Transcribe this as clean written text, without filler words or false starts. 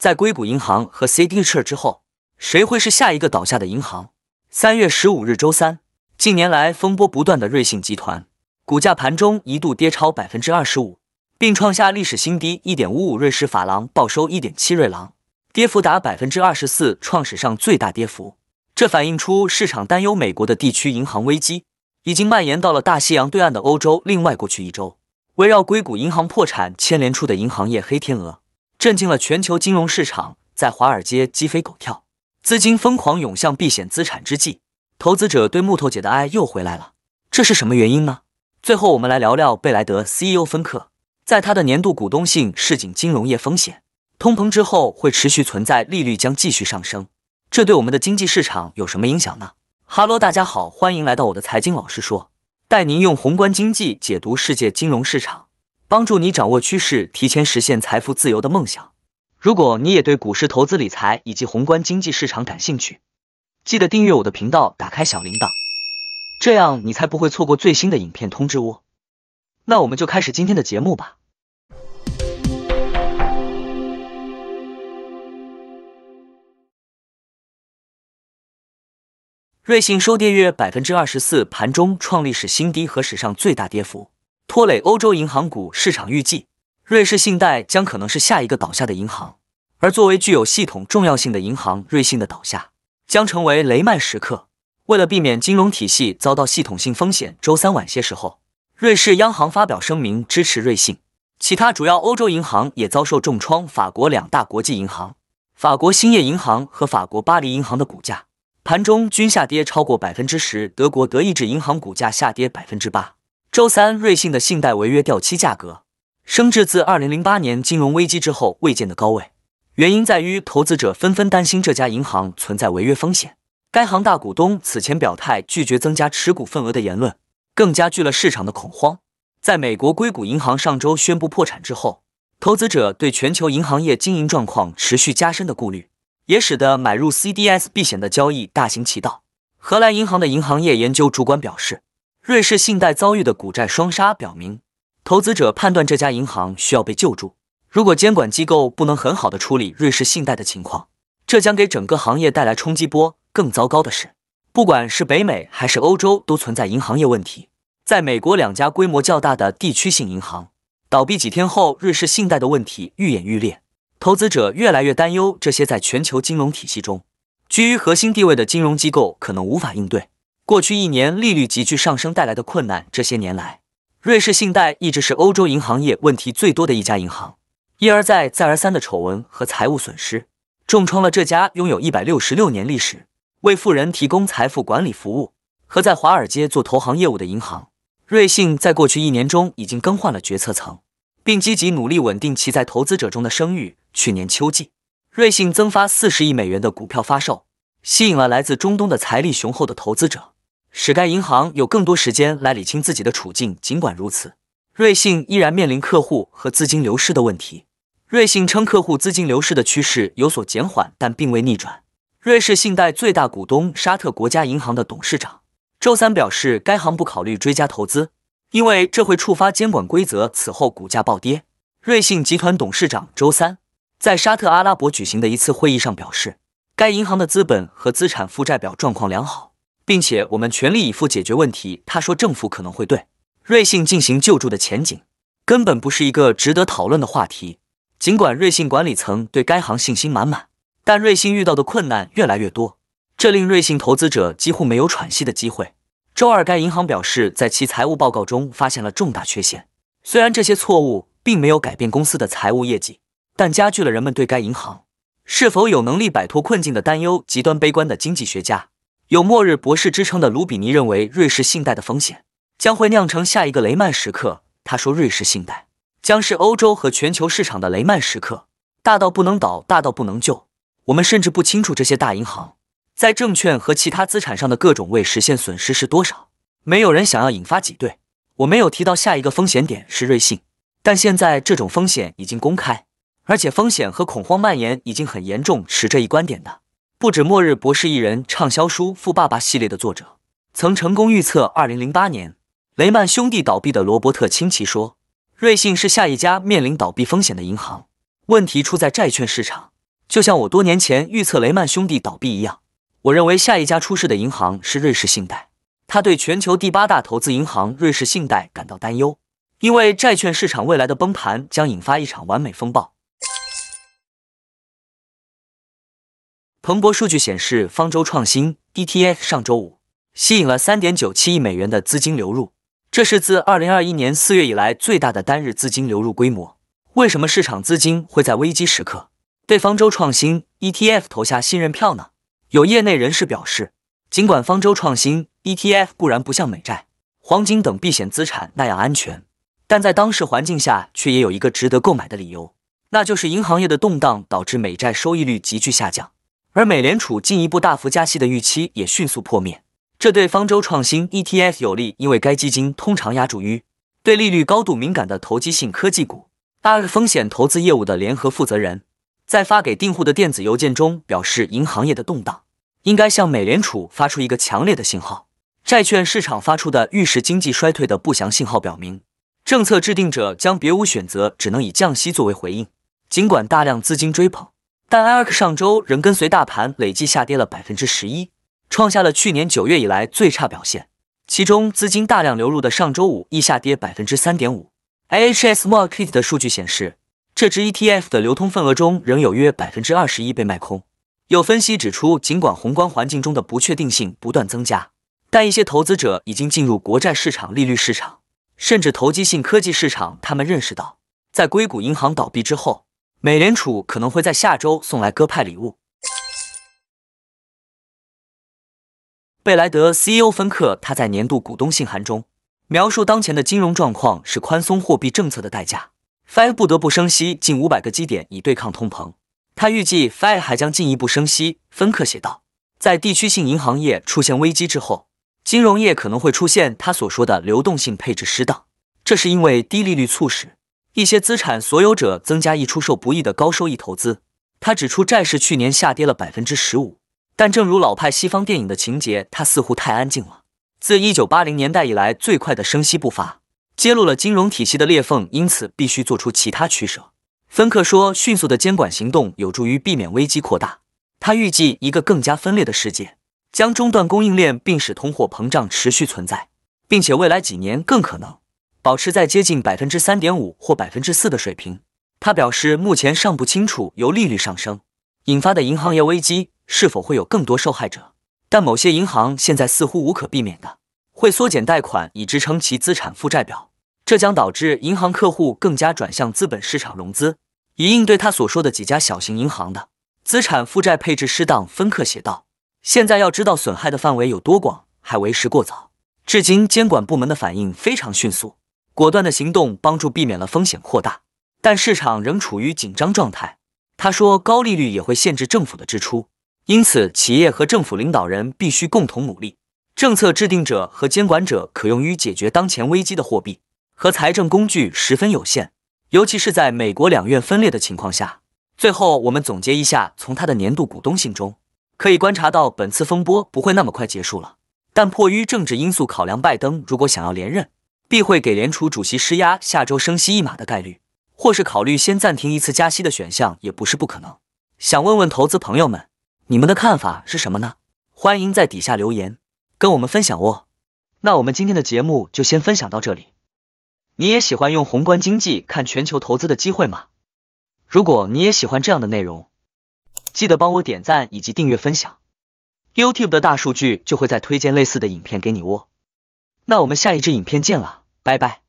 在硅谷银行和 Signature 之后，谁会是下一个倒下的银行？3月15日周三，近年来风波不断的瑞信集团股价盘中一度跌超 25%， 并创下历史新低 1.55 瑞士法郎报收 1.7 瑞郎，跌幅达 24%， 创史上最大跌幅。这反映出市场担忧美国的地区银行危机已经蔓延到了大西洋对岸的欧洲。另外，过去一周，围绕硅谷银行破产牵连出的银行业黑天鹅，震惊了全球金融市场，在华尔街鸡飞狗跳，资金疯狂涌向避险资产之际，投资者对木头姐的爱又回来了。这是什么原因呢？最后我们来聊聊贝莱德 CEO 芬克，在他的年度股东信示警金融业风险，通膨之后会持续存在，利率将继续上升，这对我们的经济市场有什么影响呢？哈喽，大家好，欢迎来到我的财经老师说，带您用宏观经济解读世界金融市场，帮助你掌握趋势，提前实现财富自由的梦想。如果你也对股市投资理财以及宏观经济市场感兴趣，记得订阅我的频道，打开小铃铛，这样你才不会错过最新的影片通知哦。那我们就开始今天的节目吧。瑞信收跌约 24%， 盘中创历史新低和史上最大跌幅，拖累欧洲银行股。市场预计，瑞士信贷将可能是下一个倒下的银行，而作为具有系统重要性的银行，瑞信的倒下将成为雷曼时刻。为了避免金融体系遭到系统性风险，周三晚些时候，瑞士央行发表声明支持瑞信。其他主要欧洲银行也遭受重创，法国两大国际银行，法国兴业银行和法国巴黎银行的股价盘中均下跌超过 10%， 德国德意志银行股价下跌 8%。周三，瑞信的信贷违约掉期价格升至自2008年金融危机之后未见的高位，原因在于投资者纷纷担心这家银行存在违约风险。该行大股东此前表态拒绝增加持股份额的言论，更加剧了市场的恐慌。在美国硅谷银行上周宣布破产之后，投资者对全球银行业经营状况持续加深的顾虑，也使得买入 CDS 避险的交易大行其道。荷兰银行的银行业研究主管表示，瑞士信贷遭遇的股债双杀表明，投资者判断这家银行需要被救助。如果监管机构不能很好的处理瑞士信贷的情况，这将给整个行业带来冲击波。更糟糕的是，不管是北美还是欧洲都存在银行业问题。在美国两家规模较大的地区性银行倒闭几天后，瑞士信贷的问题愈演愈烈，投资者越来越担忧这些在全球金融体系中居于核心地位的金融机构可能无法应对过去一年利率急剧上升带来的困难。这些年来，瑞士信贷一直是欧洲银行业问题最多的一家银行，一而再再而三的丑闻和财务损失重创了这家拥有166年历史、为富人提供财富管理服务和在华尔街做投行业务的银行。瑞信在过去一年中已经更换了决策层，并积极努力稳定其在投资者中的声誉。去年秋季，瑞信增发40亿美元的股票发售，吸引了来自中东的财力雄厚的投资者，使该银行有更多时间来理清自己的处境。尽管如此，瑞信依然面临客户和资金流失的问题。瑞信称客户资金流失的趋势有所减缓，但并未逆转。瑞士信贷最大股东沙特国家银行的董事长周三表示，该行不考虑追加投资，因为这会触发监管规则。此后股价暴跌。瑞信集团董事长周三在沙特阿拉伯举行的一次会议上表示，该银行的资本和资产负债表状况良好，并且我们全力以赴解决问题。他说，政府可能会对瑞信进行救助的前景根本不是一个值得讨论的话题。尽管瑞信管理层对该行信心满满，但瑞信遇到的困难越来越多，这令瑞信投资者几乎没有喘息的机会。周二，该银行表示，在其财务报告中发现了重大缺陷。虽然这些错误并没有改变公司的财务业绩，但加剧了人们对该银行是否有能力摆脱困境的担忧。极端悲观的经济学家，有末日博士之称的卢比尼认为，瑞士信贷的风险将会酿成下一个雷曼时刻。他说，瑞士信贷将是欧洲和全球市场的雷曼时刻，大到不能倒，大到不能救。我们甚至不清楚这些大银行在证券和其他资产上的各种未实现损失是多少。没有人想要引发挤兑。我没有提到下一个风险点是瑞信，但现在这种风险已经公开，而且风险和恐慌蔓延已经很严重。持这一观点的不止末日博士一人，畅销书《富爸爸》系列的作者曾成功预测2008年雷曼兄弟倒闭的罗伯特清崎说，瑞信是下一家面临倒闭风险的银行。问题出在债券市场。 就像我多年前预测雷曼兄弟倒闭一样，我认为下一家出事的银行是瑞士信贷。他对全球第8大投资银行瑞士信贷感到担忧，因为债券市场未来的崩盘将引发一场完美风暴。彭博数据显示，方舟创新 ETF 上周五吸引了 3.97 亿美元的资金流入，这是自2021年4月以来最大的单日资金流入规模。为什么市场资金会在危机时刻对方舟创新 ETF 投下信任票呢？有业内人士表示，尽管方舟创新 ETF 固然不像美债、黄金等避险资产那样安全，但在当时环境下却也有一个值得购买的理由，那就是银行业的动荡导致美债收益率急剧下降，而美联储进一步大幅加息的预期也迅速破灭。这对方舟创新 ETF 有利，因为该基金通常押注于对利率高度敏感的投机性科技股。风险投资业务的联合负责人在发给订户的电子邮件中表示，银行业的动荡应该向美联储发出一个强烈的信号。债券市场发出的预示经济衰退的不祥信号表明，政策制定者将别无选择，只能以降息作为回应。尽管大量资金追捧，但 ARK 上周仍跟随大盘累计下跌了 11%， 创下了去年9月以来最差表现。其中资金大量流入的上周五亦下跌 3.5%。IHS Markit 的数据显示，这支 ETF 的流通份额中仍有约 21% 被卖空。有分析指出，尽管宏观环境中的不确定性不断增加，但一些投资者已经进入国债市场、利率市场，甚至投机性科技市场。他们认识到，在硅谷银行倒闭之后，美联储可能会在下周送来鸽派礼物。贝莱德 CEO 芬克他在年度股东信函中描述，当前的金融状况是宽松货币政策的代价。Fed 不得不升息近500个基点以对抗通膨。他预计 Fed 还将进一步升息。芬克写道，在地区性银行业出现危机之后，金融业可能会出现他所说的流动性配置失当，这是因为低利率促使一些资产所有者增加易出售不易的高收益投资。他指出，债市去年下跌了 15%， 但正如老派西方电影的情节，它似乎太安静了。自1980年代以来最快的升息步伐，揭露了金融体系的裂缝，因此必须做出其他取舍。芬克说，迅速的监管行动有助于避免危机扩大。他预计一个更加分裂的世界将中断供应链，并使通货膨胀持续存在，并且未来几年更可能保持在接近 3.5% 或 4% 的水平。他表示，目前尚不清楚由利率上升引发的银行业危机是否会有更多受害者，但某些银行现在似乎无可避免的会缩减贷款以支撑其资产负债表，这将导致银行客户更加转向资本市场融资，以应对他所说的几家小型银行的资产负债配置失当。芬克写道，现在要知道损害的范围有多广还为时过早。至今监管部门的反应非常迅速，果断的行动帮助避免了风险扩大，但市场仍处于紧张状态。他说，高利率也会限制政府的支出，因此企业和政府领导人必须共同努力。政策制定者和监管者可用于解决当前危机的货币和财政工具十分有限，尤其是在美国两院分裂的情况下。最后我们总结一下，从他的年度股东信中可以观察到，本次风波不会那么快结束了，但迫于政治因素考量，拜登如果想要连任，必会给联储主席施压下周升息1码的概率，或是考虑先暂停一次加息的选项也不是不可能。想问问投资朋友们，你们的看法是什么呢？欢迎在底下留言跟我们分享哦。那我们今天的节目就先分享到这里。你也喜欢用宏观经济看全球投资的机会吗？如果你也喜欢这样的内容，记得帮我点赞以及订阅分享， YouTube 的大数据就会再推荐类似的影片给你哦。那我们下一支影片见了，拜拜。